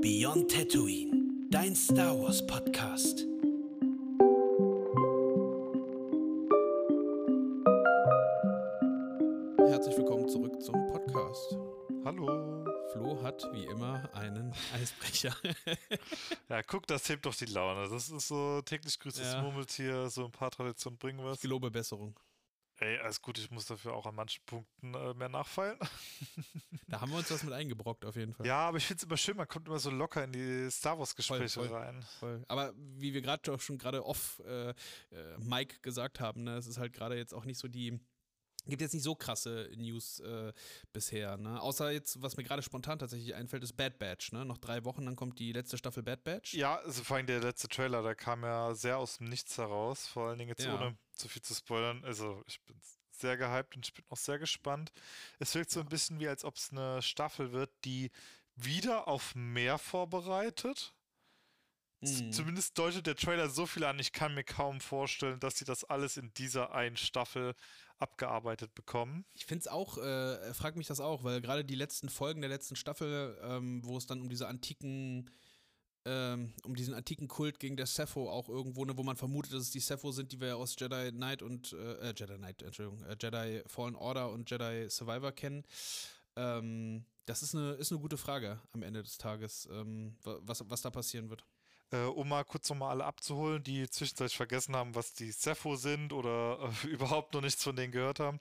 Beyond Tatooine, dein Star Wars Podcast. Herzlich willkommen zurück zum Podcast. Hallo. Flo hat wie immer einen Eisbrecher. Ja, guck, das hebt doch die Laune. Das ist so täglich grüßt das Ja. Murmeltier, so ein paar Traditionen bringen was. Ich gelobe Besserung. Ey, alles gut, ich muss dafür auch an manchen Punkten mehr nachfeilen. Da haben wir uns was mit eingebrockt auf jeden Fall. Ja, aber ich finde es immer schön, man kommt immer so locker in die Star Wars-Gespräche Voll. rein. Voll. Aber wie wir gerade off Mike gesagt haben, ne, es ist halt gerade jetzt auch nicht so gibt jetzt nicht so krasse News bisher, ne? Außer jetzt, was mir gerade spontan tatsächlich einfällt, ist Bad Batch, ne? Noch 3 Wochen, dann kommt die letzte Staffel Bad Batch. Ja, also vor allem der letzte Trailer, der kam ja sehr aus dem Nichts heraus. Vor allen Dingen jetzt ohne zu viel zu spoilern. Also ich bin sehr gehypt und ich bin auch sehr gespannt. Es wirkt so ein bisschen wie, als ob es eine Staffel wird, die wieder auf mehr vorbereitet. Zumindest deutet der Trailer so viel an, ich kann mir kaum vorstellen, dass sie das alles in dieser einen Staffel abgearbeitet bekommen. Ich finde es auch, frag mich das auch, weil gerade die letzten Folgen der letzten Staffel, wo es dann um diesen antiken Kult gegen der Sepho auch irgendwo, ne, wo man vermutet, dass es die Sepho sind, die wir aus Jedi Fallen Order und Jedi Survivor kennen. Das ist eine gute Frage am Ende des Tages, was da passieren wird. Um mal kurz nochmal alle abzuholen, die zwischenzeitlich vergessen haben, was die Sepho sind oder überhaupt noch nichts von denen gehört haben.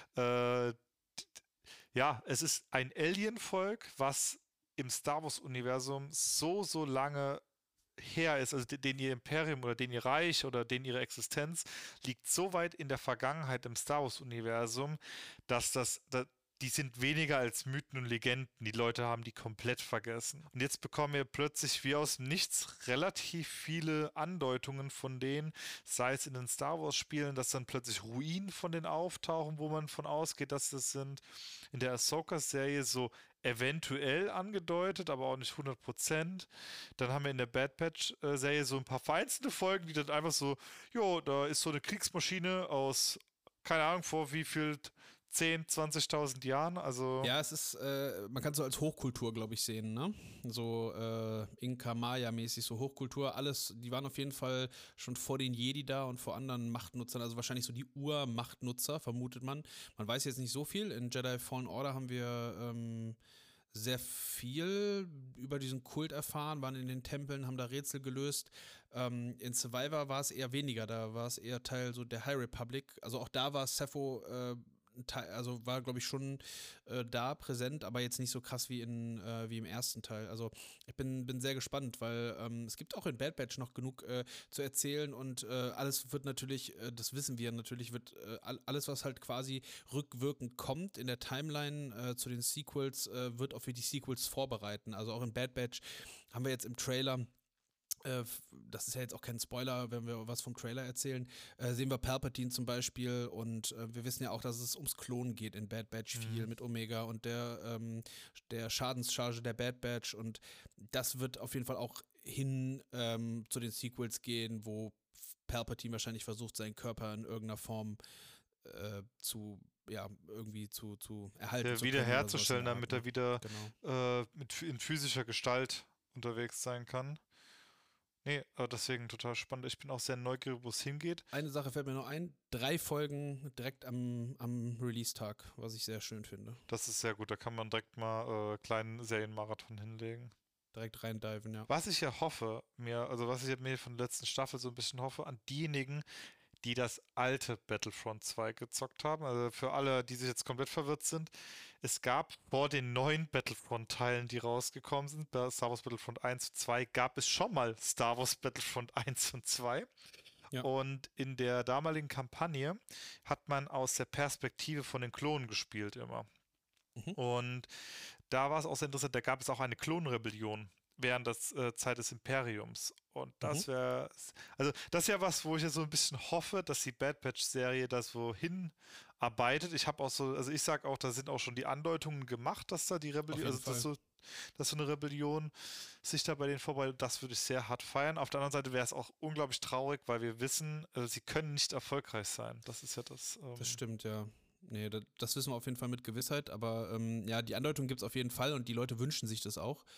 Ja, es ist ein Alien-Volk, was im Star Wars-Universum so lange her ist, also denen ihr Imperium oder denen ihr Reich oder denen ihre Existenz liegt so weit in der Vergangenheit im Star Wars-Universum, dass die sind weniger als Mythen und Legenden. Die Leute haben die komplett vergessen. Und jetzt bekommen wir plötzlich wie aus dem Nichts relativ viele Andeutungen von denen, sei es in den Star Wars Spielen, dass dann plötzlich Ruinen von denen auftauchen, wo man von ausgeht, dass das sind. In der Ahsoka-Serie so eventuell angedeutet, aber auch nicht 100%. Dann haben wir in der Bad Batch-Serie so ein paar vereinzelte Folgen, die dann einfach so, jo, da ist so eine Kriegsmaschine aus, keine Ahnung, vor wie viel 10.000, 20.000 Jahren, also... Ja, es ist, man kann es so als Hochkultur, glaube ich, sehen, ne? So Inka-Maya-mäßig, so Hochkultur, alles, die waren auf jeden Fall schon vor den Jedi da und vor anderen Machtnutzern, also wahrscheinlich so die Ur-Machtnutzer, vermutet man. Man weiß jetzt nicht so viel, in Jedi Fallen Order haben wir sehr viel über diesen Kult erfahren, waren in den Tempeln, haben da Rätsel gelöst. In Survivor war es eher weniger, da war es eher Teil so der High Republic, also auch da war Sepho also war, glaube ich, schon da präsent, aber jetzt nicht so krass wie im ersten Teil. Also ich bin sehr gespannt, weil es gibt auch in Bad Batch noch genug zu erzählen und alles wird natürlich, das wissen wir natürlich, wird alles, was halt quasi rückwirkend kommt in der Timeline zu den Sequels, wird auch für die Sequels vorbereiten. Also auch in Bad Batch haben wir jetzt im Trailer, das ist ja jetzt auch kein Spoiler, wenn wir was vom Trailer erzählen, sehen wir Palpatine zum Beispiel und wir wissen ja auch, dass es ums Klonen geht in Bad Batch viel mit Omega und der Schadenscharge der Bad Batch und das wird auf jeden Fall auch hin zu den Sequels gehen, wo Palpatine wahrscheinlich versucht, seinen Körper in irgendeiner Form irgendwie zu erhalten. Wiederherzustellen, damit er wieder genau. in physischer Gestalt unterwegs sein kann. Nee, deswegen total spannend. Ich bin auch sehr neugierig, wo es hingeht. Eine Sache fällt mir noch ein. 3 Folgen direkt am Release-Tag, was ich sehr schön finde. Das ist sehr gut. Da kann man direkt mal kleinen Serienmarathon hinlegen. Direkt reindiven, ja. Was ich ja hoffe, was ich mir von der letzten Staffel so ein bisschen hoffe, an diejenigen, die das alte Battlefront 2 gezockt haben, also für alle, die sich jetzt komplett verwirrt sind, es gab vor den neuen Battlefront-Teilen, die rausgekommen sind, bei Star Wars Battlefront 1 und 2, gab es schon mal Star Wars Battlefront 1 und 2. Ja. Und in der damaligen Kampagne hat man aus der Perspektive von den Klonen gespielt immer. Und da war es auch sehr interessant, da gab es auch eine Klonrebellion während der Zeit des Imperiums. Und das wäre, also das ist ja was, wo ich ja so ein bisschen hoffe, dass die Bad Batch-Serie das so hinarbeitet. Ich habe auch so, also ich sage auch, da sind auch schon die Andeutungen gemacht, dass da die Rebellion, also dass so eine Rebellion sich da bei denen vorbei, das würde ich sehr hart feiern. Auf der anderen Seite wäre es auch unglaublich traurig, weil wir wissen, sie können nicht erfolgreich sein. Das ist ja das. Das stimmt, ja. Nee, das wissen wir auf jeden Fall mit Gewissheit, aber ja, die Andeutung gibt es auf jeden Fall und die Leute wünschen sich das auch.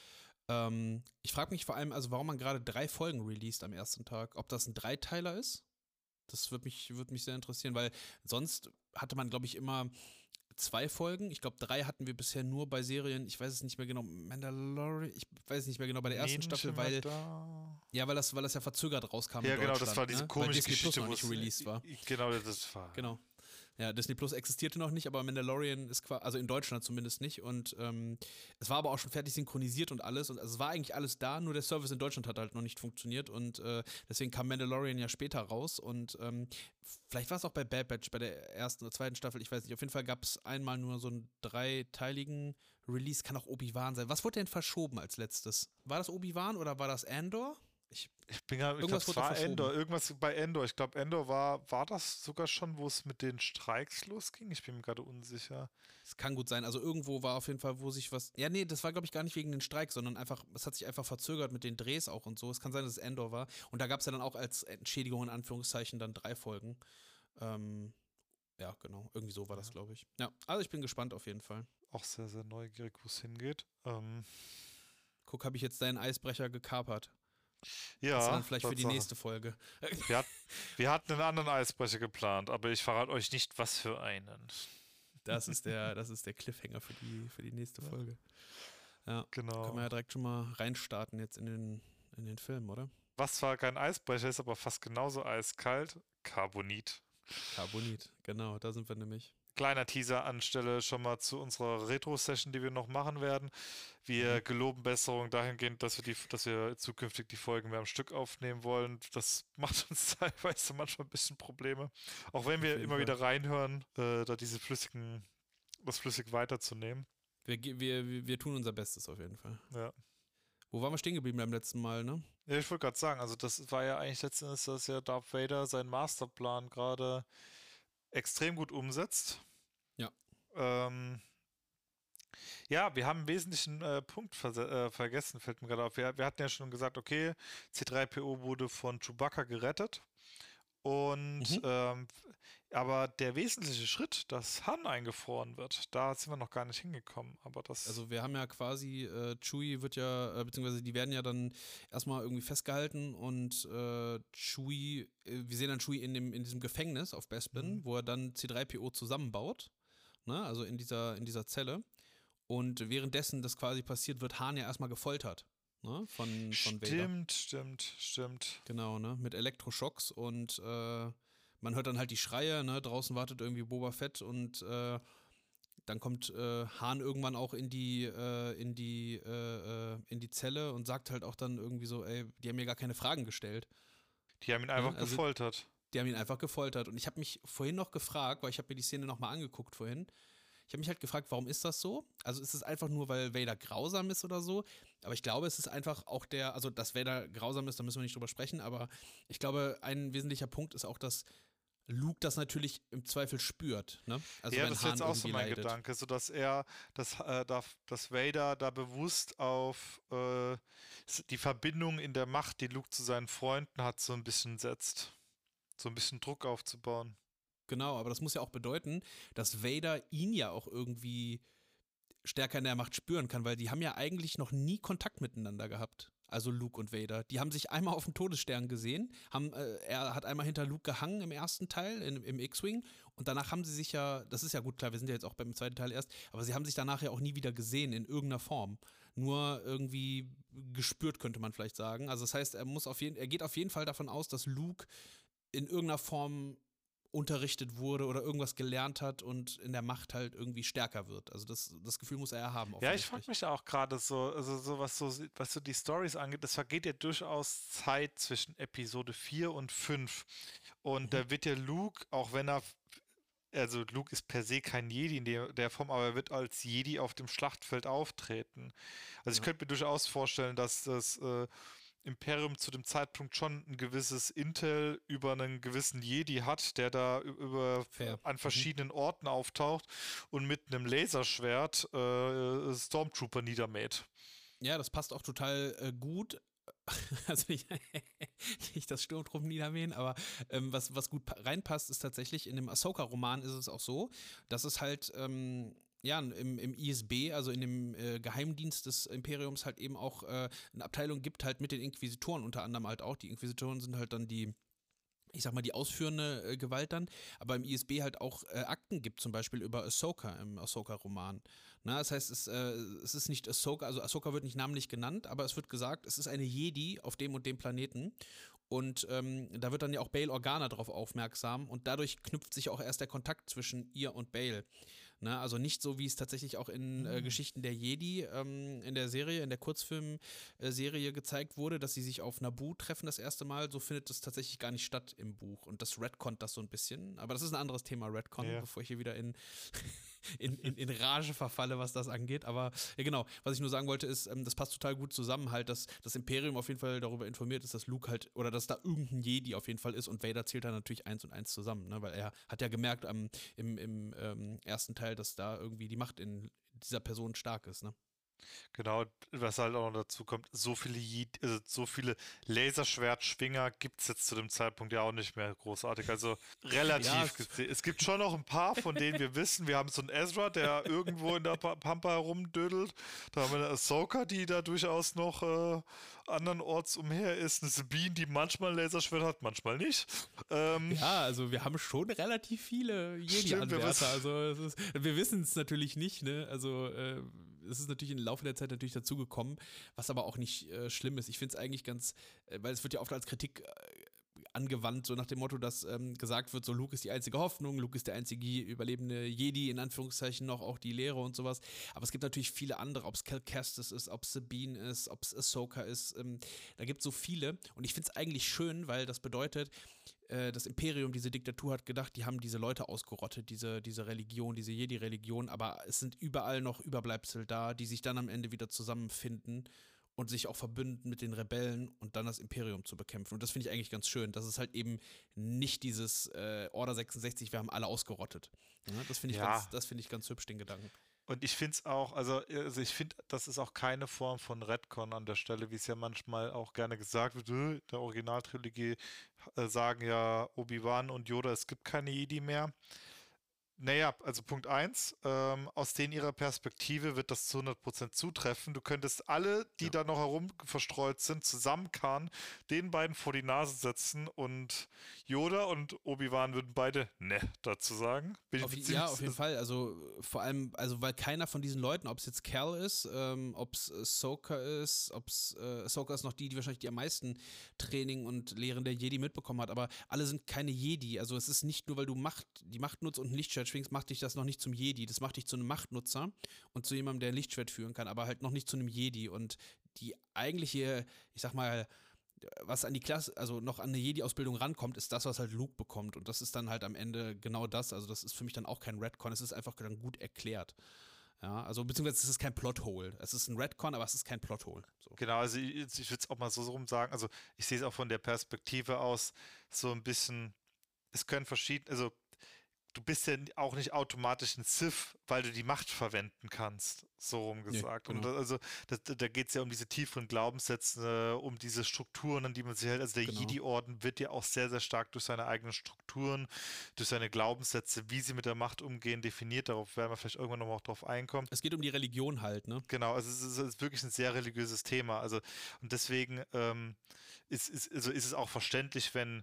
Ich frage mich vor allem, also warum man gerade 3 Folgen released am ersten Tag. Ob das ein Dreiteiler ist? Das würd mich sehr interessieren, weil sonst hatte man, glaube ich, immer 2 Folgen. Ich glaube, 3 hatten wir bisher nur bei Serien. Ich weiß es nicht mehr genau. Mandalorian, ich weiß es nicht mehr genau bei der ersten Staffel, weil weil das ja verzögert rauskam in Ja, genau, Deutschland. das war diese ne? komische Weil Disney Plus Geschichte, noch wo nicht es released war. Genau, das war. Genau. Ja, Disney Plus existierte noch nicht, aber Mandalorian ist quasi, also in Deutschland zumindest nicht. Und es war aber auch schon fertig synchronisiert und alles. Und also es war eigentlich alles da, nur der Service in Deutschland hat halt noch nicht funktioniert. Und deswegen kam Mandalorian ja später raus. Und vielleicht war es auch bei Bad Batch, bei der ersten oder zweiten Staffel, ich weiß nicht. Auf jeden Fall gab es einmal nur so einen 3-teiligen Release. Kann auch Obi-Wan sein. Was wurde denn verschoben als letztes? War das Obi-Wan oder war das Andor? Ich glaube, Irgendwas es wurde war verschoben. Endor. Irgendwas bei Endor. Ich glaube, Endor war das sogar schon, wo es mit den Streiks losging? Ich bin mir gerade unsicher. Es kann gut sein. Also irgendwo war auf jeden Fall, wo sich was. Ja, nee, das war, glaube ich, gar nicht wegen den Streiks, sondern einfach, es hat sich einfach verzögert mit den Drehs auch und so. Es kann sein, dass es Endor war. Und da gab es ja dann auch als Entschädigung in Anführungszeichen dann 3 Folgen. Ja, genau. Irgendwie so war das, glaube ich. Ja, also ich bin gespannt auf jeden Fall. Auch sehr, sehr neugierig, wo es hingeht. Guck, habe ich jetzt deinen Eisbrecher gekapert. Ja, Das ist dann vielleicht für die Tatsache. nächste Folge. Wir hatten einen anderen Eisbrecher geplant, aber ich verrate euch nicht, was für einen. Das ist der Cliffhanger für die nächste Folge. Ja, Genau. können wir ja direkt schon mal reinstarten jetzt in den Film, oder? Was zwar kein Eisbrecher ist, aber fast genauso eiskalt, Carbonit. Carbonit, genau, da sind wir nämlich. Kleiner Teaser anstelle schon mal zu unserer Retro-Session, die wir noch machen werden. Wir geloben Besserung dahingehend, dass wir zukünftig die Folgen mehr am Stück aufnehmen wollen. Das macht uns teilweise manchmal ein bisschen Probleme. Auch wenn wir immer wieder reinhören, da das flüssig weiterzunehmen. Wir tun unser Bestes auf jeden Fall. Ja. Wo waren wir stehen geblieben beim letzten Mal, ne? Ja, ich wollte gerade sagen, also das war ja eigentlich letztendlich, dass ja Darth Vader seinen Masterplan gerade extrem gut umsetzt. Ja. Ja, wir haben einen wesentlichen Punkt vergessen, fällt mir gerade auf. Wir hatten ja schon gesagt, okay, C3PO wurde von Chewbacca gerettet. Und aber der wesentliche Schritt, dass Han eingefroren wird, da sind wir noch gar nicht hingekommen. Aber das. Also wir haben ja quasi, Chewie wird ja, beziehungsweise die werden ja dann erstmal irgendwie festgehalten und Chewie, wir sehen dann Chewie in diesem Gefängnis auf Bespin, wo er dann C3PO zusammenbaut, ne? Also in dieser Zelle. Und währenddessen das quasi passiert, wird Han ja erstmal gefoltert, ne? Von Vader. Stimmt. Genau, ne? Mit Elektroschocks und man hört dann halt die Schreie, ne? Draußen wartet irgendwie Boba Fett und dann kommt Han irgendwann auch in die Zelle und sagt halt auch dann irgendwie so, ey, die haben mir gar keine Fragen gestellt. Die haben ihn einfach gefoltert. Die haben ihn einfach gefoltert. Und ich habe mich vorhin noch gefragt, weil ich habe mir die Szene nochmal angeguckt vorhin, ich habe mich halt gefragt, warum ist das so? Also ist es einfach nur, weil Vader grausam ist oder so? Aber ich glaube, es ist einfach auch also dass Vader grausam ist, da müssen wir nicht drüber sprechen, aber ich glaube, ein wesentlicher Punkt ist auch, dass Luke das natürlich im Zweifel spürt, ne? Also ja, wenn das ist Han jetzt auch so irgendwie mein leidet. Gedanke, so dass dass Vader da bewusst auf die Verbindung in der Macht, die Luke zu seinen Freunden hat, so ein bisschen setzt. So ein bisschen Druck aufzubauen. Genau, aber das muss ja auch bedeuten, dass Vader ihn ja auch irgendwie stärker in der Macht spüren kann, weil die haben ja eigentlich noch nie Kontakt miteinander gehabt. Also Luke und Vader. Die haben sich einmal auf dem Todesstern gesehen, er hat einmal hinter Luke gehangen im ersten Teil, im X-Wing, und danach haben sie sich ja, das ist ja gut, klar, wir sind ja jetzt auch beim zweiten Teil erst, aber sie haben sich danach ja auch nie wieder gesehen in irgendeiner Form. Nur irgendwie gespürt, könnte man vielleicht sagen. Also das heißt, er geht auf jeden Fall davon aus, dass Luke in irgendeiner Form unterrichtet wurde oder irgendwas gelernt hat und in der Macht halt irgendwie stärker wird. Also das Gefühl muss er ja haben. Ja, ich frage mich auch gerade was so die Storys angeht, es vergeht ja durchaus Zeit zwischen Episode 4 und 5. Und da wird ja Luke, auch wenn also Luke ist per se kein Jedi in der Form, aber er wird als Jedi auf dem Schlachtfeld auftreten. Also ich könnte mir durchaus vorstellen, dass das Imperium zu dem Zeitpunkt schon ein gewisses Intel über einen gewissen Jedi hat, der da an verschiedenen Orten auftaucht und mit einem Laserschwert Stormtrooper niedermäht. Ja, das passt auch total gut. Also nicht das Sturmtruppen niedermähen, aber was gut reinpasst, ist tatsächlich, in dem Ahsoka-Roman ist es auch so, dass es halt ja, im ISB, also in dem Geheimdienst des Imperiums halt eben auch eine Abteilung gibt halt mit den Inquisitoren unter anderem halt auch. Die Inquisitoren sind halt dann die, ich sag mal, die ausführende Gewalt dann, aber im ISB halt auch Akten gibt, zum Beispiel über Ahsoka im Ahsoka-Roman. Na, das heißt, es ist nicht Ahsoka, also Ahsoka wird nicht namentlich genannt, aber es wird gesagt, es ist eine Jedi auf dem und dem Planeten. Und da wird dann ja auch Bail Organa drauf aufmerksam und dadurch knüpft sich auch erst der Kontakt zwischen ihr und Bail. Ne? Also nicht so, wie es tatsächlich auch in Geschichten der Jedi in der Serie, in der Kurzfilmserie gezeigt wurde, dass sie sich auf Naboo treffen das erste Mal. So findet es tatsächlich gar nicht statt im Buch. Und das retconnt das so ein bisschen. Aber das ist ein anderes Thema, Retcon, bevor ich hier wieder in Rage verfalle, was das angeht. Aber ja, genau, was ich nur sagen wollte, ist, das passt total gut zusammen, halt, dass das Imperium auf jeden Fall darüber informiert ist, dass Luke halt, oder dass da irgendein Jedi auf jeden Fall ist und Vader zählt da natürlich 1 und 1 zusammen, ne? Weil er hat ja gemerkt im ersten Teil, dass da irgendwie die Macht in dieser Person stark ist, ne? Genau, was halt auch noch dazu kommt, so viele Laserschwertschwinger gibt es jetzt zu dem Zeitpunkt ja auch nicht mehr großartig. Also relativ gesehen. Es gibt schon noch ein paar, von denen wir wissen. Wir haben so einen Ezra, der irgendwo in der Pampa herumdödelt. Da haben wir eine Ahsoka, die da durchaus noch andernorts umher ist. Eine Sabine, die manchmal ein Laserschwert hat, manchmal nicht. Ja, also wir haben schon relativ viele Jedi-Anwärter. Also wir wissen es natürlich nicht, ne? Also es ist natürlich im Laufe der Zeit natürlich dazugekommen, was aber auch nicht schlimm ist. Ich finde es eigentlich ganz, weil es wird ja oft als Kritik angewandt, so nach dem Motto, dass gesagt wird, so Luke ist die einzige Hoffnung, Luke ist der einzige überlebende Jedi, in Anführungszeichen noch, auch die Lehre und sowas. Aber es gibt natürlich viele andere, ob es Cal Kestis ist, ob es Sabine ist, ob es Ahsoka ist. Da gibt es so viele. Und ich finde es eigentlich schön, weil das bedeutet, das Imperium, diese Diktatur hat gedacht, die haben diese Leute ausgerottet, diese Religion, diese Jedi-Religion, aber es sind überall noch Überbleibsel da, die sich dann am Ende wieder zusammenfinden und sich auch verbünden mit den Rebellen und dann das Imperium zu bekämpfen. Und das finde ich eigentlich ganz schön, dass es halt eben nicht dieses Order 66, wir haben alle ausgerottet. Ja, das finde ich ganz hübsch, den Gedanken. Und ich finde es auch, ich finde, das ist auch keine Form von Retcon an der Stelle, wie es ja manchmal auch gerne gesagt wird. In der Originaltrilogie sagen ja Obi-Wan und Yoda, es gibt keine Jedi mehr. Naja, also Punkt 1, aus denen ihrer Perspektive wird das zu 100% zutreffen. Du könntest alle, die da noch herum verstreut sind, zusammenkarren, den beiden vor die Nase setzen und Yoda und Obi-Wan würden beide ne dazu sagen. Auf jeden Fall. Also vor allem, also weil keiner von diesen Leuten, ob es jetzt Cal ist, ob es Ahsoka ist, Ahsoka ist noch die wahrscheinlich die am meisten Training und Lehren der Jedi mitbekommen hat, aber alle sind keine Jedi. Also es ist nicht nur, weil du die Macht nutzt und ein Lichtschwert schwingst, macht dich das noch nicht zum Jedi. Das macht dich zu einem Machtnutzer und zu jemandem, der ein Lichtschwert führen kann, aber halt noch nicht zu einem Jedi. Und die eigentliche, ich sag mal, was an die Klasse, also noch an eine Jedi-Ausbildung rankommt, ist das, was halt Luke bekommt. Und das ist dann halt am Ende genau das. Also das ist für mich dann auch kein Retcon, es ist einfach dann gut erklärt. Ja, also beziehungsweise es ist kein Plothole. Es ist ein Retcon, aber es ist kein Plothole. So. Genau, also ich würde es auch mal so rum sagen. Also ich sehe es auch von der Perspektive aus so ein bisschen, es können verschiedene, also du bist ja auch nicht automatisch ein Sith, weil du die Macht verwenden kannst, so rum gesagt. Nee, genau. Und da geht es ja um diese tieferen Glaubenssätze, um diese Strukturen, an die man sich hält. Also der Genau. Jedi-Orden wird ja auch sehr, sehr stark durch seine eigenen Strukturen, durch seine Glaubenssätze, wie sie mit der Macht umgehen, definiert. Darauf werden wir vielleicht irgendwann noch mal drauf einkommen. Es geht um die Religion halt, ne? Genau, also es ist wirklich ein sehr religiöses Thema. Also, und deswegen ist es auch verständlich, wenn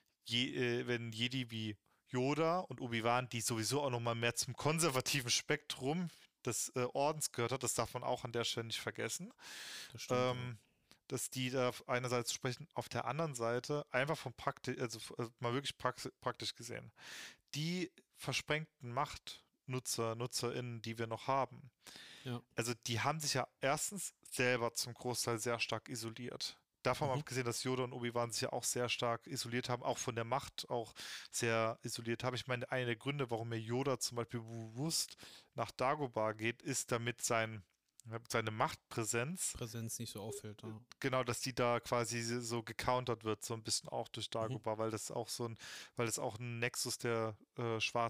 Jedi wie Yoda und Obi-Wan, die sowieso auch nochmal mehr zum konservativen Spektrum des Ordens gehört hat, das darf man auch an der Stelle nicht vergessen, Das stimmt. dass die da einerseits sprechen, auf der anderen Seite einfach vom mal wirklich praktisch gesehen, die versprengten NutzerInnen, die wir noch haben, Ja. also die haben sich ja erstens selber zum Großteil sehr stark isoliert. Davon mal abgesehen, dass Yoda und Obi-Wan sich ja auch sehr stark isoliert haben, auch von der Macht auch sehr isoliert haben. Ich meine, einer der Gründe, warum mir Yoda zum Beispiel bewusst nach Dagobah geht, ist, damit seine Machtpräsenz, Präsenz nicht so auffällt. Ja. genau, dass die da quasi so gecountert wird, so ein bisschen auch durch Dagobah, weil das auch ein Nexus der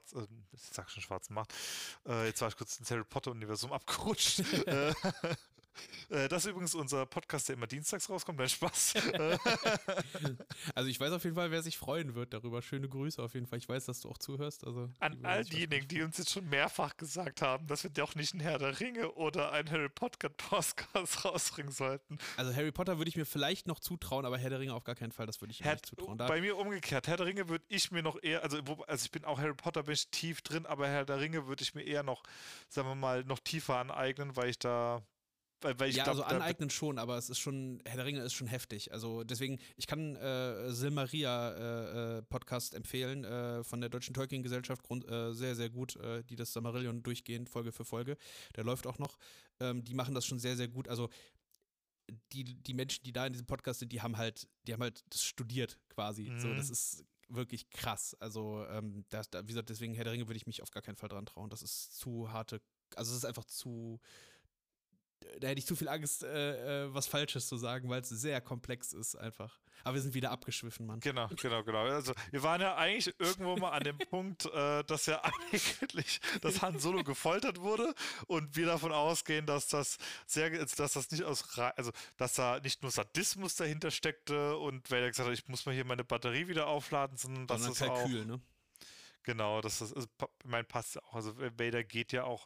ich sag schon schwarzen Macht. Jetzt war ich kurz ins Harry Potter-Universum abgerutscht. Das ist übrigens unser Podcast, der immer dienstags rauskommt. Nein, Spaß. Also ich weiß auf jeden Fall, wer sich freuen wird darüber. Schöne Grüße auf jeden Fall. Ich weiß, dass du auch zuhörst. Also An die all werden sich diejenigen, wahrscheinlich die uns jetzt schon mehrfach gesagt haben, dass wir doch nicht einen Herr der Ringe oder einen Harry Potter Podcast rausbringen sollten. Also Harry Potter würde ich mir vielleicht noch zutrauen, aber Herr der Ringe auf gar keinen Fall, das würde ich ihm nicht zutrauen. Bei mir umgekehrt, Herr der Ringe würde ich mir noch eher, also ich bin auch Harry Potter, bin ich tief drin, aber Herr der Ringe würde ich mir eher noch, sagen wir mal, noch tiefer aneignen, weil ich ich Ja, glaube, also aneignen schon, aber es ist schon, Herr der Ringe ist schon heftig. Also deswegen, ich kann Silmaria Podcast empfehlen von der Deutschen Tolkien-Gesellschaft, sehr, sehr gut, die das Silmarillion durchgehend Folge für Folge, der läuft auch noch. Die machen das schon sehr, sehr gut. Also die Menschen, die da in diesem Podcast sind, die haben halt das studiert quasi. So, das ist wirklich krass. Also, wie gesagt, deswegen Herr der Ringe würde ich mich auf gar keinen Fall dran trauen. Das ist zu harte, also es ist einfach zu, da hätte ich zu viel Angst, was Falsches zu sagen, weil es sehr komplex ist einfach. Aber wir sind wieder abgeschwiffen, Mann. Genau. Also wir waren ja eigentlich irgendwo mal an dem Punkt, dass ja eigentlich, dass Han Solo gefoltert wurde und wir davon ausgehen, dass das nicht dass da nicht nur Sadismus dahinter steckte und Vader gesagt hat, ich muss mal hier meine Batterie wieder aufladen, sondern dass Sondern das auch, Kalkül, ne? genau, passt ja auch. Also Vader geht ja auch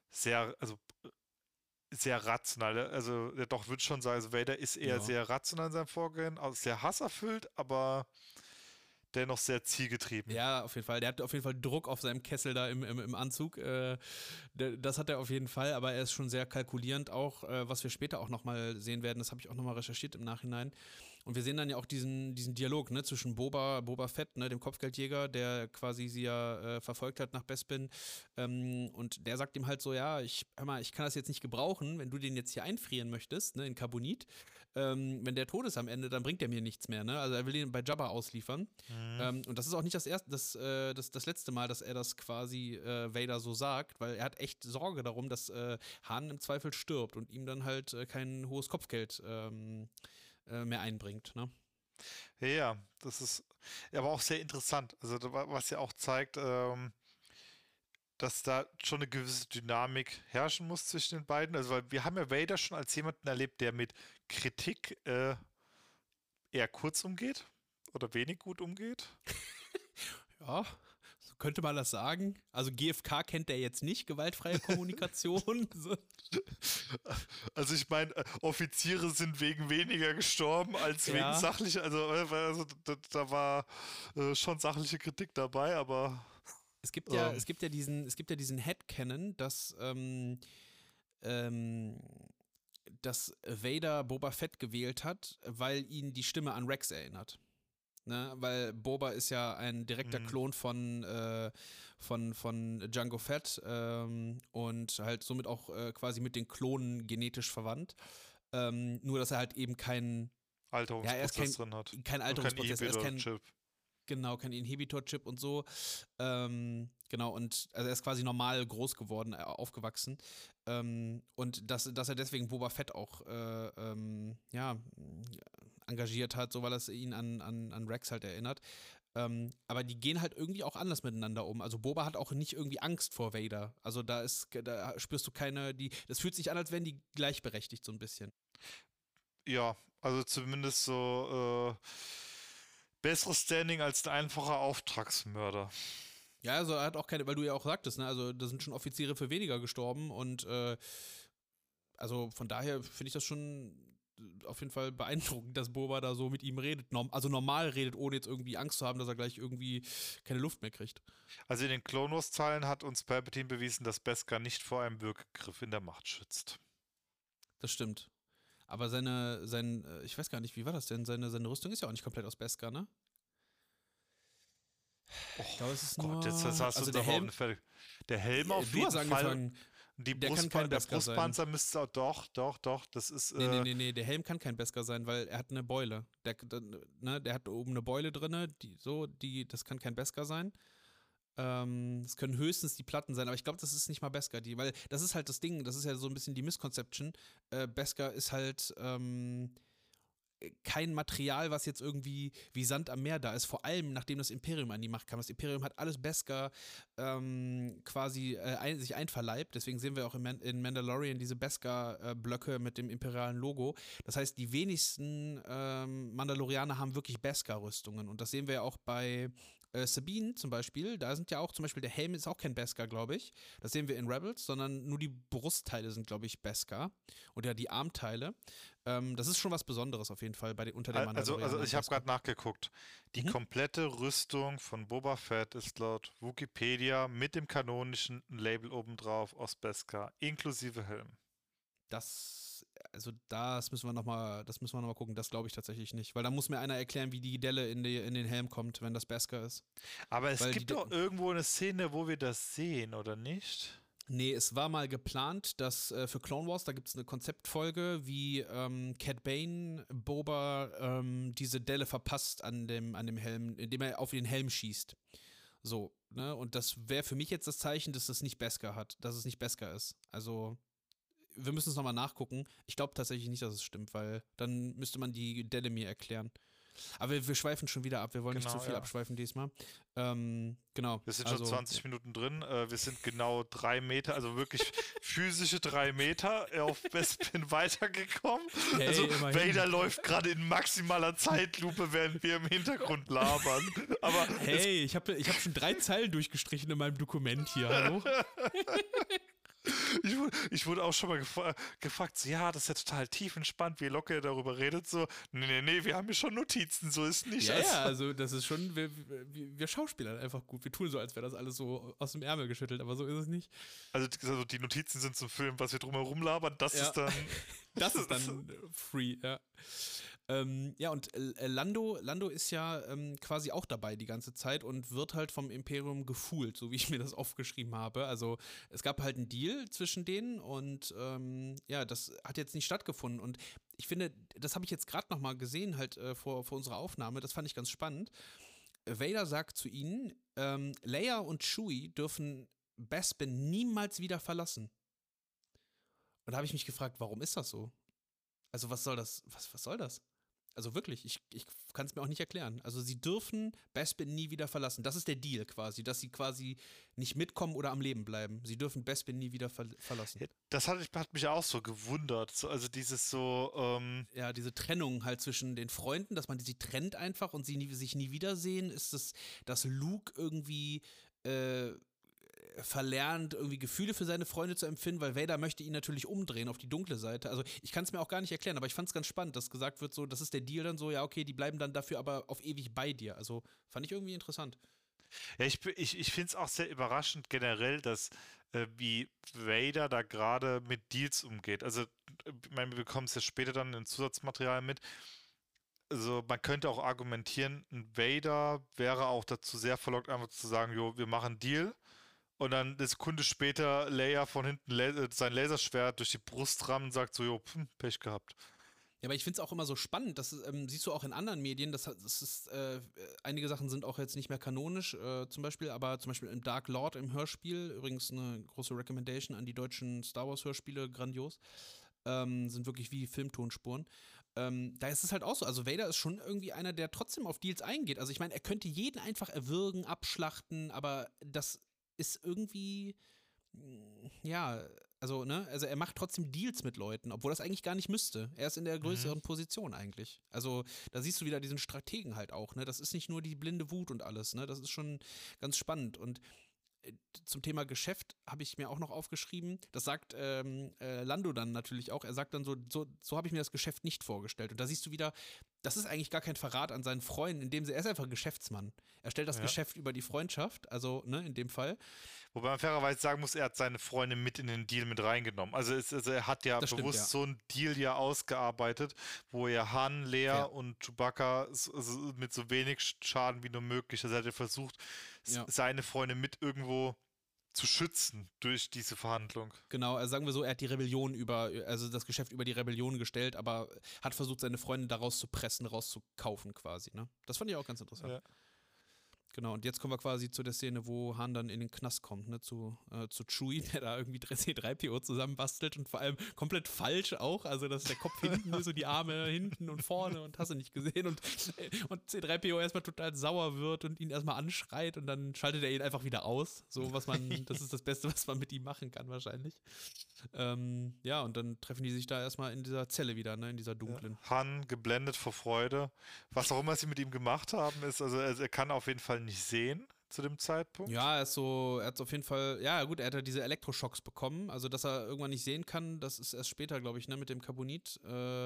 sehr rational. Also, ja, doch, würde schon sagen, also Vader ist eher Ja. sehr rational in seinem Vorgehen, also sehr hasserfüllt, aber dennoch sehr zielgetrieben. Ja, auf jeden Fall. Der hat auf jeden Fall Druck auf seinem Kessel da im Anzug. Das hat er auf jeden Fall, aber er ist schon sehr kalkulierend auch, was wir später auch nochmal sehen werden. Das habe ich auch nochmal recherchiert im Nachhinein. Und wir sehen dann ja auch diesen Dialog, ne, zwischen Boba Fett, ne, dem Kopfgeldjäger, der quasi sie ja verfolgt hat nach Bespin. Und der sagt ihm halt so, ja, hör mal, ich kann das jetzt nicht gebrauchen, wenn du den jetzt hier einfrieren möchtest, ne, in Carbonit. Wenn der tot ist am Ende, dann bringt er mir nichts mehr, ne? Also er will ihn bei Jabba ausliefern. Und das ist auch nicht das letzte Mal, dass er das quasi Vader so sagt, weil er hat echt Sorge darum, dass Han im Zweifel stirbt und ihm dann halt kein hohes Kopfgeld mehr einbringt, ne? Ja, das ist aber auch sehr interessant. Also, was ja auch zeigt, dass da schon eine gewisse Dynamik herrschen muss zwischen den beiden. Also, weil wir haben ja Vader schon als jemanden erlebt, der mit Kritik eher kurz umgeht oder wenig gut umgeht. Ja, so könnte man das sagen. Also GFK kennt der jetzt nicht, gewaltfreie Kommunikation. So. Also ich meine, Offiziere sind wegen weniger gestorben als wegen Ja. sachlicher, also da war schon sachliche Kritik dabei, aber Es gibt ja diesen Headcanon, dass Vader Boba Fett gewählt hat, weil ihn die Stimme an Rex erinnert. Ne? Weil Boba ist ja ein direkter Klon von Jango Fett und halt somit auch quasi mit den Klonen genetisch verwandt. Nur, dass er halt eben er ist Alterungsprozess drin hat. kein Und kein Alterungsprozess, er ist kein, Inhibitor-Chip. genau, kein Inhibitor-Chip und so. Genau, und also er ist quasi normal groß geworden, aufgewachsen. Und dass er deswegen Boba Fett auch engagiert hat, so weil es ihn an Rex halt erinnert. Aber die gehen halt irgendwie auch anders miteinander um. Also Boba hat auch nicht irgendwie Angst vor Vader. Also da spürst du das fühlt sich an, als wären die gleichberechtigt so ein bisschen. Ja, also zumindest so besseres Standing als ein einfacher Auftragsmörder. Ja, also er hat auch keine, weil du ja auch sagtest, ne, also da sind schon Offiziere für weniger gestorben und also von daher finde ich das schon auf jeden Fall beeindruckend, dass Boba da so mit ihm redet, also normal redet, ohne jetzt irgendwie Angst zu haben, dass er gleich irgendwie keine Luft mehr kriegt. Also in den Clone Wars-Teilen hat uns Palpatine bewiesen, dass Beskar nicht vor einem Würgegriff in der Macht schützt. Das stimmt. Aber ich weiß gar nicht, wie war das denn? Seine Rüstung ist ja auch nicht komplett aus Beskar, ne? Ich glaube, es ist Gott, nur, jetzt hast du also uns der aber Helm, fertig. Der Helm auf du jeden hast Fall. angefangen. Die Der kann kein Der Beskar sein. Brustpanzer müsste auch, doch, das ist, Nee, der Helm kann kein Beskar sein, weil er hat eine Beule. Der hat oben eine Beule drin, das kann kein Beskar sein. Das können höchstens die Platten sein, aber ich glaube, das ist nicht mal Beskar, weil das ist halt das Ding, das ist ja so ein bisschen die Misconception. Beskar ist halt, kein Material, was jetzt irgendwie wie Sand am Meer da ist, vor allem nachdem das Imperium an die Macht kam. Das Imperium hat alles Beskar quasi sich einverleibt, deswegen sehen wir auch in Mandalorian diese Beskar-Blöcke mit dem imperialen Logo. Das heißt, die wenigsten Mandalorianer haben wirklich Beskar-Rüstungen und das sehen wir ja auch bei Sabine zum Beispiel, da sind ja auch zum Beispiel der Helm ist auch kein Beskar, glaube ich. Das sehen wir in Rebels, sondern nur die Brustteile sind, glaube ich, Beskar. Oder die Armteile. Das ist schon was Besonderes auf jeden Fall unter den Mandalorianern. Also ich habe gerade nachgeguckt. Die komplette Rüstung von Boba Fett ist laut Wikipedia mit dem kanonischen Label obendrauf aus Beskar, inklusive Helm. Das müssen wir nochmal gucken. Das glaube ich tatsächlich nicht. Weil da muss mir einer erklären, wie die Delle in den Helm kommt, wenn das Beskar ist. Aber es gibt doch irgendwo eine Szene, wo wir das sehen, oder nicht? Nee, es war mal geplant, dass für Clone Wars, da gibt es eine Konzeptfolge, wie Cad Bane Boba diese Delle verpasst an dem Helm, indem er auf den Helm schießt. So, ne? Und das wäre für mich jetzt das Zeichen, dass es nicht Beskar hat, dass es nicht Beskar ist. Also, wir müssen es nochmal nachgucken. Ich glaube tatsächlich nicht, dass es stimmt, weil dann müsste man die Delle mir erklären. Aber wir schweifen schon wieder ab. Wir wollen nicht zu viel abschweifen diesmal. Genau. Wir sind schon 20 Minuten drin. Wir sind genau 3 Meter, also wirklich physische 3 Meter auf Bespin weitergekommen. Hey, also immerhin. Vader läuft gerade in maximaler Zeitlupe, während wir im Hintergrund labern. Aber hey, ich hab schon 3 Zeilen durchgestrichen in meinem Dokument hier. Hallo? Ich wurde auch schon mal gefragt, so, ja, das ist ja total tiefenentspannt, wie locker ihr darüber redet, so, nee, wir haben hier schon Notizen, so ist nicht. Ja, also das ist schon, wir schauspielern einfach gut, wir tun so, als wäre das alles so aus dem Ärmel geschüttelt, aber so ist es nicht. Also die Notizen sind zum Film, was wir drumherum labern, das ist dann... Das ist dann free, ja. Ja, und Lando ist ja quasi auch dabei die ganze Zeit und wird halt vom Imperium gefühlt, so wie ich mir das aufgeschrieben habe. Also es gab halt einen Deal zwischen denen und ja, das hat jetzt nicht stattgefunden. Und ich finde, das habe ich jetzt gerade nochmal gesehen, halt vor unserer Aufnahme, das fand ich ganz spannend. Vader sagt zu ihnen, Leia und Chewie dürfen Bespin niemals wieder verlassen. Und da habe ich mich gefragt, warum ist das so? Also was soll das? Was soll das? Also wirklich, ich kann es mir auch nicht erklären. Also sie dürfen Bespin nie wieder verlassen. Das ist der Deal quasi, dass sie quasi nicht mitkommen oder am Leben bleiben. Sie dürfen Bespin nie wieder verlassen. Ja, das hat mich auch so gewundert. Also dieses so... Ja, diese Trennung halt zwischen den Freunden, dass man sie trennt einfach und sie sich nie wiedersehen. Ist es, dass Luke irgendwie verlernt, irgendwie Gefühle für seine Freunde zu empfinden, weil Vader möchte ihn natürlich umdrehen auf die dunkle Seite. Also ich kann es mir auch gar nicht erklären, aber ich fand es ganz spannend, dass gesagt wird, so, das ist der Deal dann so, ja okay, die bleiben dann dafür aber auf ewig bei dir. Also fand ich irgendwie interessant. Ja, ich finde es auch sehr überraschend generell, dass wie Vader da gerade mit Deals umgeht. Also ich meine, wir bekommen es ja später dann in Zusatzmaterial mit. Also man könnte auch argumentieren, ein Vader wäre auch dazu sehr verlockt, einfach zu sagen, jo, wir machen einen Deal. Und dann eine Sekunde später Leia von hinten sein Laserschwert durch die Brust rammt und sagt so, jo, Pech gehabt. Ja, aber ich finde es auch immer so spannend, das siehst du auch in anderen Medien, einige Sachen sind auch jetzt nicht mehr kanonisch, zum Beispiel, aber zum Beispiel im Dark Lord im Hörspiel, übrigens eine große Recommendation an die deutschen Star Wars Hörspiele, grandios, sind wirklich wie Filmtonspuren. Da ist es halt auch so, also Vader ist schon irgendwie einer, der trotzdem auf Deals eingeht. Also ich meine, er könnte jeden einfach erwürgen, abschlachten, aber das ist irgendwie, ja, also er macht trotzdem Deals mit Leuten, obwohl das eigentlich gar nicht müsste. Er ist in der größeren Position eigentlich. Also da siehst du wieder diesen Strategen halt auch, ne? Das ist nicht nur die blinde Wut und alles, ne? Das ist schon ganz spannend. Und zum Thema Geschäft habe ich mir auch noch aufgeschrieben, das sagt Lando dann natürlich auch, er sagt dann so habe ich mir das Geschäft nicht vorgestellt. Und da siehst du wieder, das ist eigentlich gar kein Verrat an seinen Freunden, indem er ist einfach Geschäftsmann. Er stellt das Geschäft über die Freundschaft, also in dem Fall. Wobei man fairerweise sagen muss, er hat seine Freunde mit in den Deal mit reingenommen. Also er hat ja das bewusst so einen Deal ja ausgearbeitet, wo er Han, Leia und Chewbacca mit so wenig Schaden wie nur möglich, also er hat ja versucht, seine Freunde mit irgendwo zu schützen durch diese Verhandlung. Genau, also sagen wir so, er hat die Rebellion also das Geschäft über die Rebellion gestellt, aber hat versucht, seine Freunde daraus zu pressen, rauszukaufen quasi, ne? Das fand ich auch ganz interessant. Genau, und jetzt kommen wir quasi zu der Szene, wo Han dann in den Knast kommt, ne, zu Chewie, der da irgendwie C3PO zusammenbastelt und vor allem komplett falsch auch, also dass der Kopf hinten ist und die Arme hinten und vorne und hast du nicht gesehen und C3PO erstmal total sauer wird und ihn erstmal anschreit und dann schaltet er ihn einfach wieder aus, so das ist das Beste, was man mit ihm machen kann wahrscheinlich. Ja, und dann treffen die sich da erstmal in dieser Zelle wieder, ne, in dieser dunklen. Ja, Han geblendet vor Freude. Was auch immer sie mit ihm gemacht haben, ist, also er kann auf jeden Fall nicht sehen zu dem Zeitpunkt. Ja, er hat auf jeden Fall, ja gut, er hat ja diese Elektroschocks bekommen, also dass er irgendwann nicht sehen kann, das ist erst später, glaube ich, ne, mit dem Carbonit,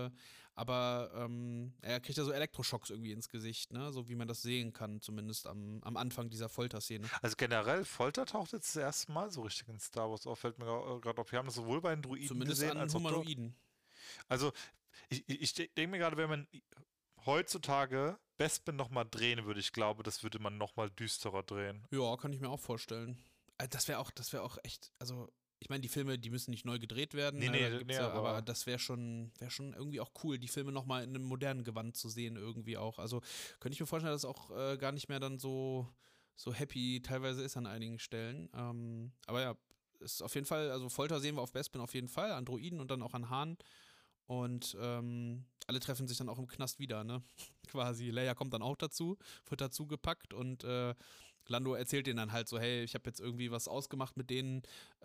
aber er kriegt ja so Elektroschocks irgendwie ins Gesicht, ne, so wie man das sehen kann, zumindest am Anfang dieser Folterszene. Also generell, Folter taucht jetzt das erste Mal so richtig in Star Wars auf, fällt mir gerade auf. Wir haben das sowohl bei den Druiden Zumindest gesehen, an als auch dort. Humanoiden. Also ich denke mir gerade, wenn man heutzutage Bespin nochmal drehen würde, ich glaube, das würde man nochmal düsterer drehen. Ja, kann ich mir auch vorstellen. Das wäre auch echt, also ich meine, die Filme, die müssen nicht neu gedreht werden, aber das wäre schon irgendwie auch cool, die Filme nochmal in einem modernen Gewand zu sehen irgendwie auch. Also könnte ich mir vorstellen, dass es auch gar nicht mehr dann so happy teilweise ist an einigen Stellen. Aber ja, ist auf jeden Fall, also Folter sehen wir auf Bespin auf jeden Fall, an Droiden und dann auch an Han. Und alle treffen sich dann auch im Knast wieder, ne? Quasi. Leia kommt dann auch dazu, wird dazu gepackt und Lando erzählt denen dann halt so, hey, ich habe jetzt irgendwie was ausgemacht mit denen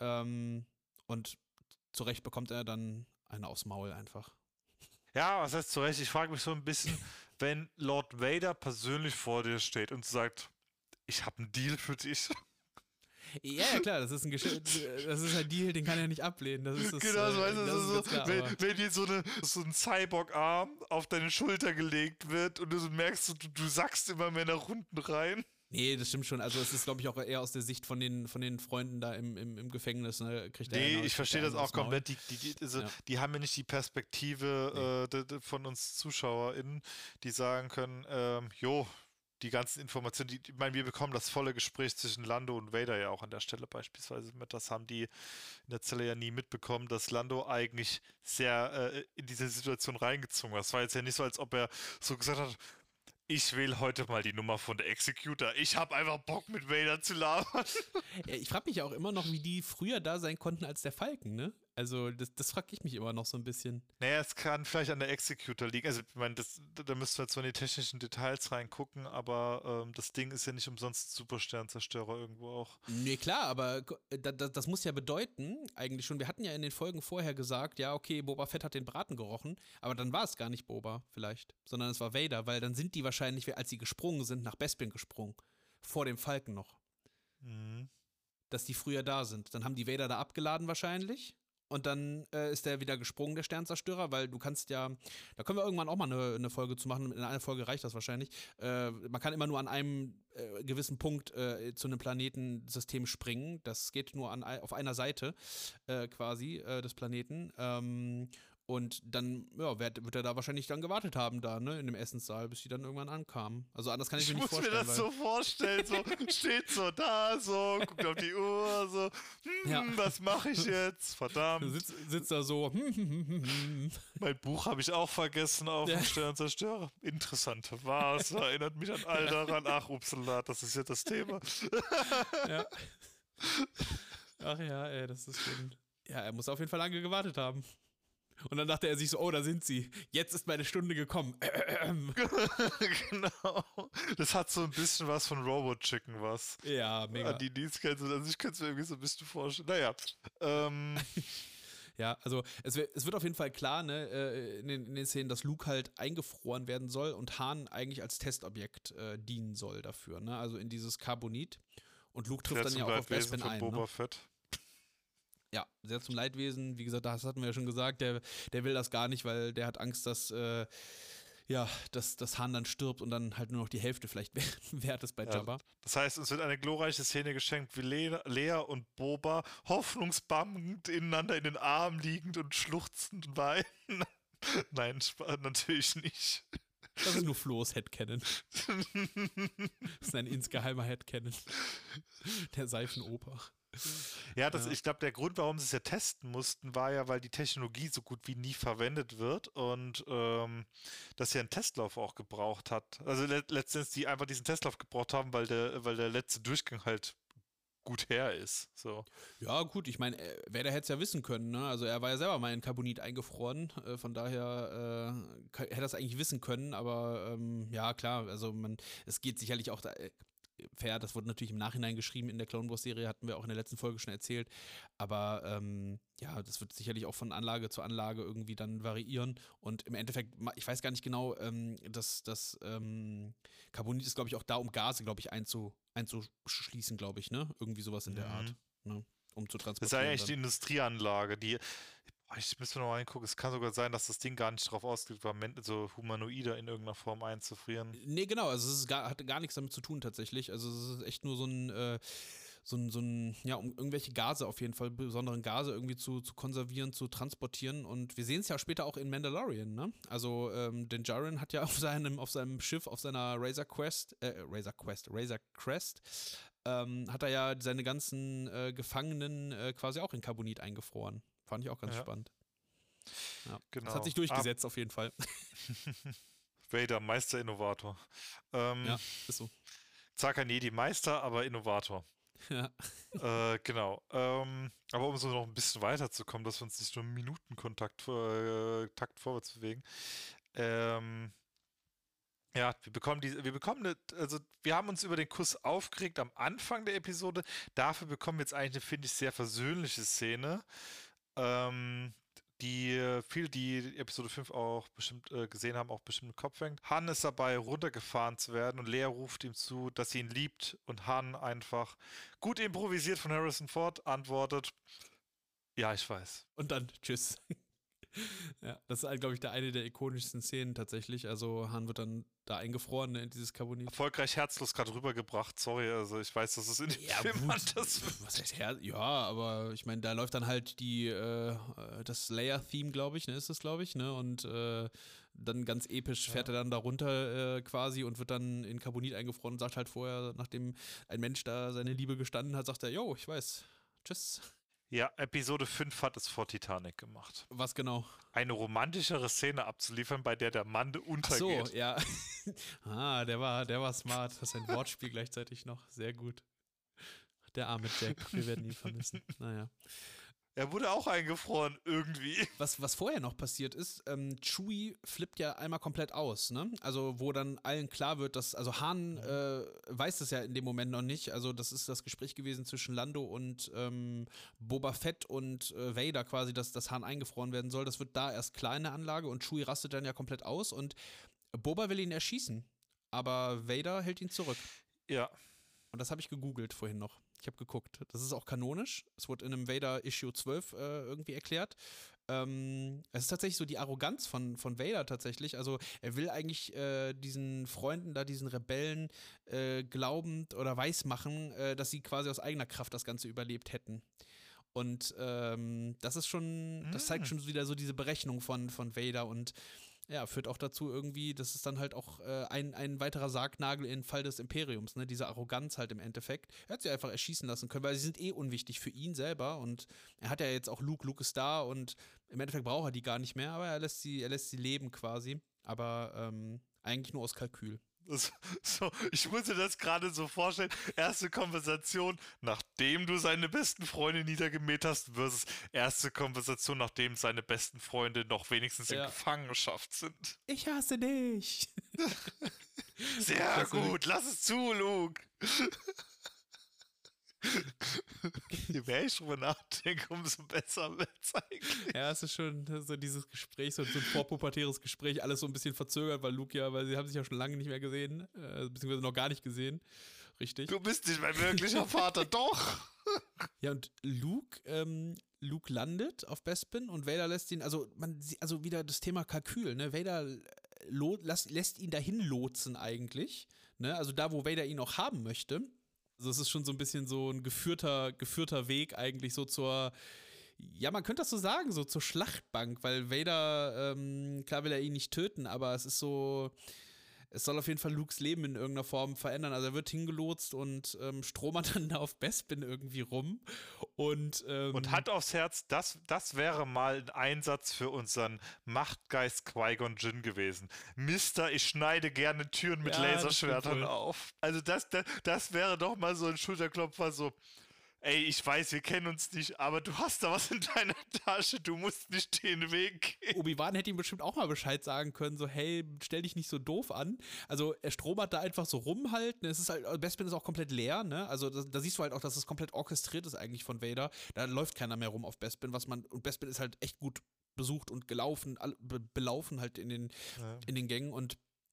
und zu Recht bekommt er dann eine aufs Maul einfach. Ja, was heißt zu Recht? Ich frage mich so ein bisschen, wenn Lord Vader persönlich vor dir steht und sagt, ich habe einen Deal für dich. Ja, klar, das ist ein Deal, den kann er nicht ablehnen. Das ist Genau, so, weißt du, klar, wenn dir so ein Cyborg-Arm auf deine Schulter gelegt wird und du so merkst, du sackst immer mehr nach unten rein. Nee, das stimmt schon. Also es ist, glaube ich, auch eher aus der Sicht von den Freunden da im Gefängnis. Ne? Ich verstehe das auch komplett. Die haben ja nicht die Perspektive von uns ZuschauerInnen, die sagen können, die ganzen Informationen, ich meine, wir bekommen das volle Gespräch zwischen Lando und Vader ja auch an der Stelle beispielsweise mit. Das haben die in der Zelle ja nie mitbekommen, dass Lando eigentlich sehr in diese Situation reingezogen war. Es war jetzt ja nicht so, als ob er so gesagt hat, ich wähle heute mal die Nummer von der Executor. Ich habe einfach Bock, mit Vader zu labern. Ja, ich frage mich auch immer noch, wie die früher da sein konnten als der Falken, ne? Also, das frage ich mich immer noch so ein bisschen. Naja, es kann vielleicht an der Executor liegen. Also, ich meine, da müssten wir jetzt so in die technischen Details reingucken, aber das Ding ist ja nicht umsonst Supersternzerstörer irgendwo auch. Nee, klar, aber das muss ja bedeuten, eigentlich schon, wir hatten ja in den Folgen vorher gesagt, ja, okay, Boba Fett hat den Braten gerochen, aber dann war es gar nicht Boba vielleicht, sondern es war Vader, weil dann sind die wahrscheinlich, als sie gesprungen sind, nach Bespin gesprungen. Vor dem Falken noch. Mhm. Dass die früher da sind. Dann haben die Vader da abgeladen wahrscheinlich. Und dann ist der wieder gesprungen, der Sternzerstörer, weil du kannst ja, da können wir irgendwann auch mal eine Folge zu machen, in einer Folge reicht das wahrscheinlich. Man kann immer nur an einem gewissen Punkt zu einem Planetensystem springen. Das geht nur auf einer Seite quasi des Planeten. Und dann wird er da wahrscheinlich dann gewartet haben, da, ne, in dem Essenssaal, bis die dann irgendwann ankamen. Also anders kann ich mir nicht vorstellen. Ich muss mir das so vorstellen, so steht so da, so, guckt auf die Uhr, so, was mache ich jetzt? Verdammt. Sitzt da so, Mein Buch habe ich auch vergessen auf dem Sternzerstörer. Interessante was, erinnert mich an all daran. Ach, upsala, das ist ja das Thema. Ja. Ach ja, ey, das ist schön. Ja, er muss auf jeden Fall lange gewartet haben. Und dann dachte er sich so, oh, da sind sie. Jetzt ist meine Stunde gekommen. Genau. Das hat so ein bisschen was von Robot Chicken, was. Ja, mega. Die Dienst kennst du, also ich könnte es mir irgendwie so ein bisschen vorstellen. Naja. Ja, also es wird auf jeden Fall klar, ne, in den Szenen, dass Luke halt eingefroren werden soll und Han eigentlich als Testobjekt dienen soll dafür, ne? Also in dieses Carbonit. Und Luke trifft dann ja auch auf Bespin ein. Boba Fett. Ja, sehr zum Leidwesen. Wie gesagt, das hatten wir ja schon gesagt. Der will das gar nicht, weil der hat Angst, dass Han dann stirbt und dann halt nur noch die Hälfte vielleicht wert ist bei Jabba. Das heißt, uns wird eine glorreiche Szene geschenkt, wie Lea und Boba hoffnungsbangend ineinander in den Armen liegend und schluchzend weinen. Nein, natürlich nicht. Das ist nur Flo's Headcanon. Das ist ein insgeheimer Headcanon. Der Seifenoper. Ja, Ja. ich glaube, der Grund, warum sie es ja testen mussten, war ja, weil die Technologie so gut wie nie verwendet wird und dass ja ein Testlauf auch gebraucht hat. Also letztendlich die einfach diesen Testlauf gebraucht haben, weil der letzte Durchgang halt gut her ist. So. Ja, gut, ich meine, Vader hätte es ja wissen können, ne? Also er war ja selber mal in Carbonit eingefroren, von daher hätte er es eigentlich wissen können, aber ja, klar, also es geht sicherlich auch fair, das wurde natürlich im Nachhinein geschrieben in der Clone Wars Serie, hatten wir auch in der letzten Folge schon erzählt, aber ja, das wird sicherlich auch von Anlage zu Anlage irgendwie dann variieren und im Endeffekt, ich weiß gar nicht genau, das Carbonit ist, glaube ich, auch da, um Gase, glaube ich, einzuschließen, glaube ich, ne? Irgendwie sowas in der Art, Mhm. ne? Um zu Das ist transportieren eigentlich die dann. Industrieanlage, ich müsste noch mal reingucken, es kann sogar sein, dass das Ding gar nicht darauf ausgelegt war, so Humanoide in irgendeiner Form einzufrieren. Nee, genau, also hat gar nichts damit zu tun tatsächlich. Also es ist echt nur ja, um irgendwelche Gase auf jeden Fall, besonderen Gase irgendwie zu konservieren, zu transportieren. Und wir sehen es ja später auch in Mandalorian, ne? Also, Din Djarin hat ja auf seinem Schiff, auf seiner Razor Crest, hat er ja seine ganzen Gefangenen quasi auch in Carbonit eingefroren. Fand ich auch ganz Ja, spannend. Ja. Das hat sich genau. durchgesetzt auf jeden Fall. Vader, Meister, Innovator. Ja, ist so. Zwar kein Jedi Meister, aber Innovator. Ja. Genau. Aber um so noch ein bisschen weiterzukommen, dass wir uns nicht nur im Minutenkontakt Takt vorwärts bewegen. Ja, also wir haben uns über den Kuss aufgeregt am Anfang der Episode. Dafür bekommen wir jetzt eigentlich eine, finde ich, sehr versöhnliche Szene. Ähm, viele, die Episode 5 auch bestimmt gesehen haben, auch bestimmt im Kopf hängt. Han ist dabei, runtergefahren zu werden und Leia ruft ihm zu, dass sie ihn liebt und Han einfach gut improvisiert von Harrison Ford antwortet, ja, ich weiß. Und dann tschüss. Ja, das ist, glaube ich, eine der ikonischsten Szenen tatsächlich. Also Han wird dann da eingefroren, ne, in dieses Carbonit. Erfolgreich herzlos gerade rübergebracht, sorry, also ich weiß, dass es in dem Ja, Film gut. anders Was heißt ja, aber ich meine, da läuft dann halt das Leia-Theme, glaube ich, ne, ist das, glaube ich, ne? Und dann ganz episch fährt er dann da runter quasi und wird dann in Carbonit eingefroren und sagt halt vorher, nachdem ein Mensch da seine Liebe gestanden hat, sagt er, yo, ich weiß. Tschüss. Ja, Episode 5 hat es vor Titanic gemacht. Was genau? Eine romantischere Szene abzuliefern, bei der der Mann Ach so, untergeht. ja. Der war smart. Das ist ein Wortspiel gleichzeitig noch. Sehr gut. Der arme Jack. Wir werden ihn vermissen. Naja. Er wurde auch eingefroren, irgendwie. Was vorher noch passiert ist, Chewie flippt ja einmal komplett aus, ne? Also, wo dann allen klar wird, also Han weiß das ja in dem Moment noch nicht. Also, das ist das Gespräch gewesen zwischen Lando und Boba Fett und Vader quasi, dass Han eingefroren werden soll. Das wird da erst klar in der Anlage und Chewie rastet dann ja komplett aus und Boba will ihn erschießen. Aber Vader hält ihn zurück. Ja. Und das habe ich gegoogelt vorhin noch. Ich habe geguckt. Das ist auch kanonisch. Es wurde in einem Vader Issue 12 irgendwie erklärt. Es ist tatsächlich so die Arroganz von Vader tatsächlich. Also er will eigentlich diesen Freunden da, diesen Rebellen glaubend oder weismachen, dass sie quasi aus eigener Kraft das Ganze überlebt hätten. Und das zeigt schon wieder so diese Berechnung von Vader und ja, führt auch dazu irgendwie, das ist dann halt auch ein weiterer Sargnagel in den Fall des Imperiums, ne? Diese Arroganz halt im Endeffekt. Er hat sie einfach erschießen lassen können, weil sie sind unwichtig für ihn selber und er hat ja jetzt auch Luke ist da und im Endeffekt braucht er die gar nicht mehr, aber er lässt sie leben quasi, aber eigentlich nur aus Kalkül. Ich muss mir das gerade so vorstellen. Erste Konversation, nachdem du seine besten Freunde niedergemäht hast, versus erste Konversation, nachdem seine besten Freunde noch wenigstens in Gefangenschaft sind. Ich hasse dich! Sehr gut, lass es zu, Luke! Je mehr ich drüber nachdenke, umso besser wird es eigentlich. Ja, es ist schon so dieses Gespräch, so ein vorpubertäres Gespräch, alles so ein bisschen verzögert, weil sie haben sich ja schon lange nicht mehr gesehen, beziehungsweise noch gar nicht gesehen. Richtig. Du bist nicht mein wirklicher Vater, doch! Ja, und Luke landet auf Bespin und Vader lässt ihn, also wieder das Thema Kalkül, ne? Vader lässt ihn dahin lotsen eigentlich, ne? Also da, wo Vader ihn auch haben möchte. Also es ist schon so ein bisschen so ein geführter Weg eigentlich so ja, man könnte das so sagen, so zur Schlachtbank, weil Vader, klar will er ihn nicht töten, aber es ist so, es soll auf jeden Fall Lukes Leben in irgendeiner Form verändern. Also er wird hingelotst und stromert dann da auf Bespin irgendwie rum. Und Hand aufs Herz, das wäre mal ein Einsatz für unseren Machtgeist Qui-Gon Jinn gewesen. Mister, ich schneide gerne Türen mit Laserschwertern auf. Also das wäre doch mal so ein Schulterklopfer, so, ey, ich weiß, wir kennen uns nicht, aber du hast da was in deiner Tasche, du musst nicht den Weg gehen. Obi-Wan hätte ihm bestimmt auch mal Bescheid sagen können, so, hey, stell dich nicht so doof an. Also er stromert da einfach so rum halt, ne? Es ist halt, Bespin ist auch komplett leer, ne? Also da siehst du halt auch, dass es komplett orchestriert ist eigentlich von Vader. Da läuft keiner mehr rum auf Bespin, und Bespin ist halt echt gut besucht und gelaufen, belaufen halt in den Gängen und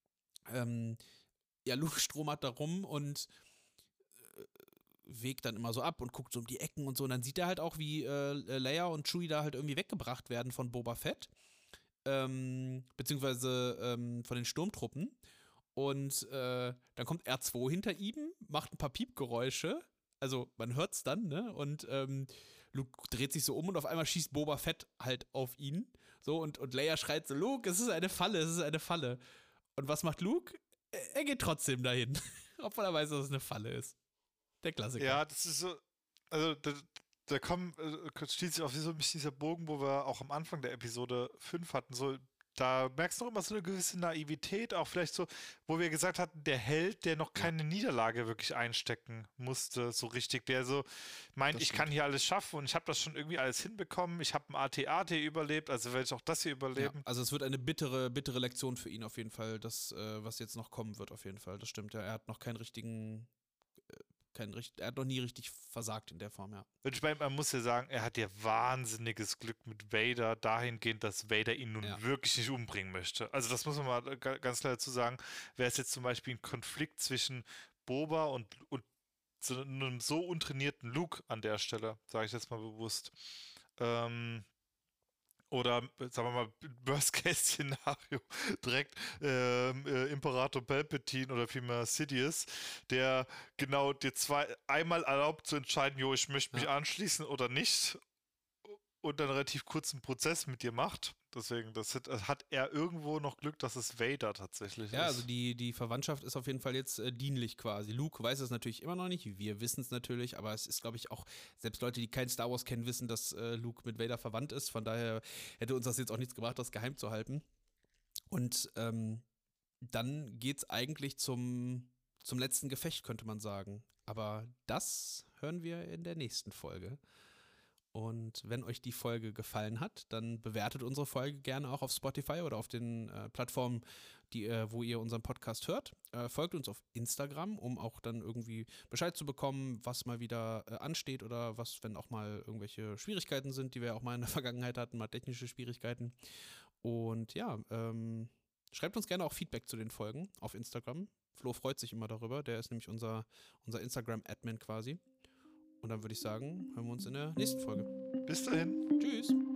Luke stromert da rum und wägt dann immer so ab und guckt so um die Ecken und so. Und dann sieht er halt auch, wie Leia und Chewie da halt irgendwie weggebracht werden von Boba Fett. Beziehungsweise von den Sturmtruppen. Und dann kommt R2 hinter ihm, macht ein paar Piepgeräusche. Also man hört's dann, ne? Und Luke dreht sich so um und auf einmal schießt Boba Fett halt auf ihn. So, und Leia schreit so, Luke, es ist eine Falle, es ist eine Falle. Und was macht Luke? Er geht trotzdem dahin. Obwohl er weiß, dass es eine Falle ist. Der Klassiker. Ja, das ist so, also da schließt sich auch so ein bisschen dieser Bogen, wo wir auch am Anfang der Episode 5 hatten, so, da merkst du noch immer so eine gewisse Naivität, auch vielleicht so, wo wir gesagt hatten, der Held, der noch keine Niederlage wirklich einstecken musste, so richtig, der so meint, ich kann hier alles schaffen und ich habe das schon irgendwie alles hinbekommen, ich habe ein AT-AT überlebt, also werde ich auch das hier überleben. Ja, also es wird eine bittere Lektion für ihn auf jeden Fall, das, was jetzt noch kommen wird auf jeden Fall, das stimmt ja, er hat noch keinen richtigen er hat noch nie richtig versagt in der Form, ja. Und ich meine, man muss ja sagen, er hat ja wahnsinniges Glück mit Vader, dahingehend, dass Vader ihn nun wirklich nicht umbringen möchte. Also das muss man mal ganz klar dazu sagen. Wäre es jetzt zum Beispiel ein Konflikt zwischen Boba und so einem so untrainierten Luke an der Stelle, sage ich jetzt mal bewusst, oder, sagen wir mal, Worst-Case-Szenario, direkt Imperator Palpatine oder vielmehr Sidious, der genau dir einmal erlaubt zu entscheiden, jo, ich möchte mich anschließen oder nicht und dann relativ kurzen Prozess mit dir macht. Deswegen, das hat er irgendwo noch Glück, dass es Vader tatsächlich ist. Ja, also die Verwandtschaft ist auf jeden Fall jetzt dienlich quasi. Luke weiß es natürlich immer noch nicht, wir wissen es natürlich, aber es ist, glaube ich, auch, selbst Leute, die kein Star Wars kennen, wissen, dass Luke mit Vader verwandt ist. Von daher hätte uns das jetzt auch nichts gebracht, das geheim zu halten. Und dann geht's eigentlich zum letzten Gefecht, könnte man sagen. Aber das hören wir in der nächsten Folge. Und wenn euch die Folge gefallen hat, dann bewertet unsere Folge gerne auch auf Spotify oder auf den Plattformen, wo ihr unseren Podcast hört. Folgt uns auf Instagram, um auch dann irgendwie Bescheid zu bekommen, was mal wieder ansteht oder was, wenn auch mal irgendwelche Schwierigkeiten sind, die wir auch mal in der Vergangenheit hatten, mal technische Schwierigkeiten. Und ja, schreibt uns gerne auch Feedback zu den Folgen auf Instagram. Flo freut sich immer darüber, der ist nämlich unser Instagram-Admin quasi. Und dann würde ich sagen, hören wir uns in der nächsten Folge. Bis dahin. Tschüss.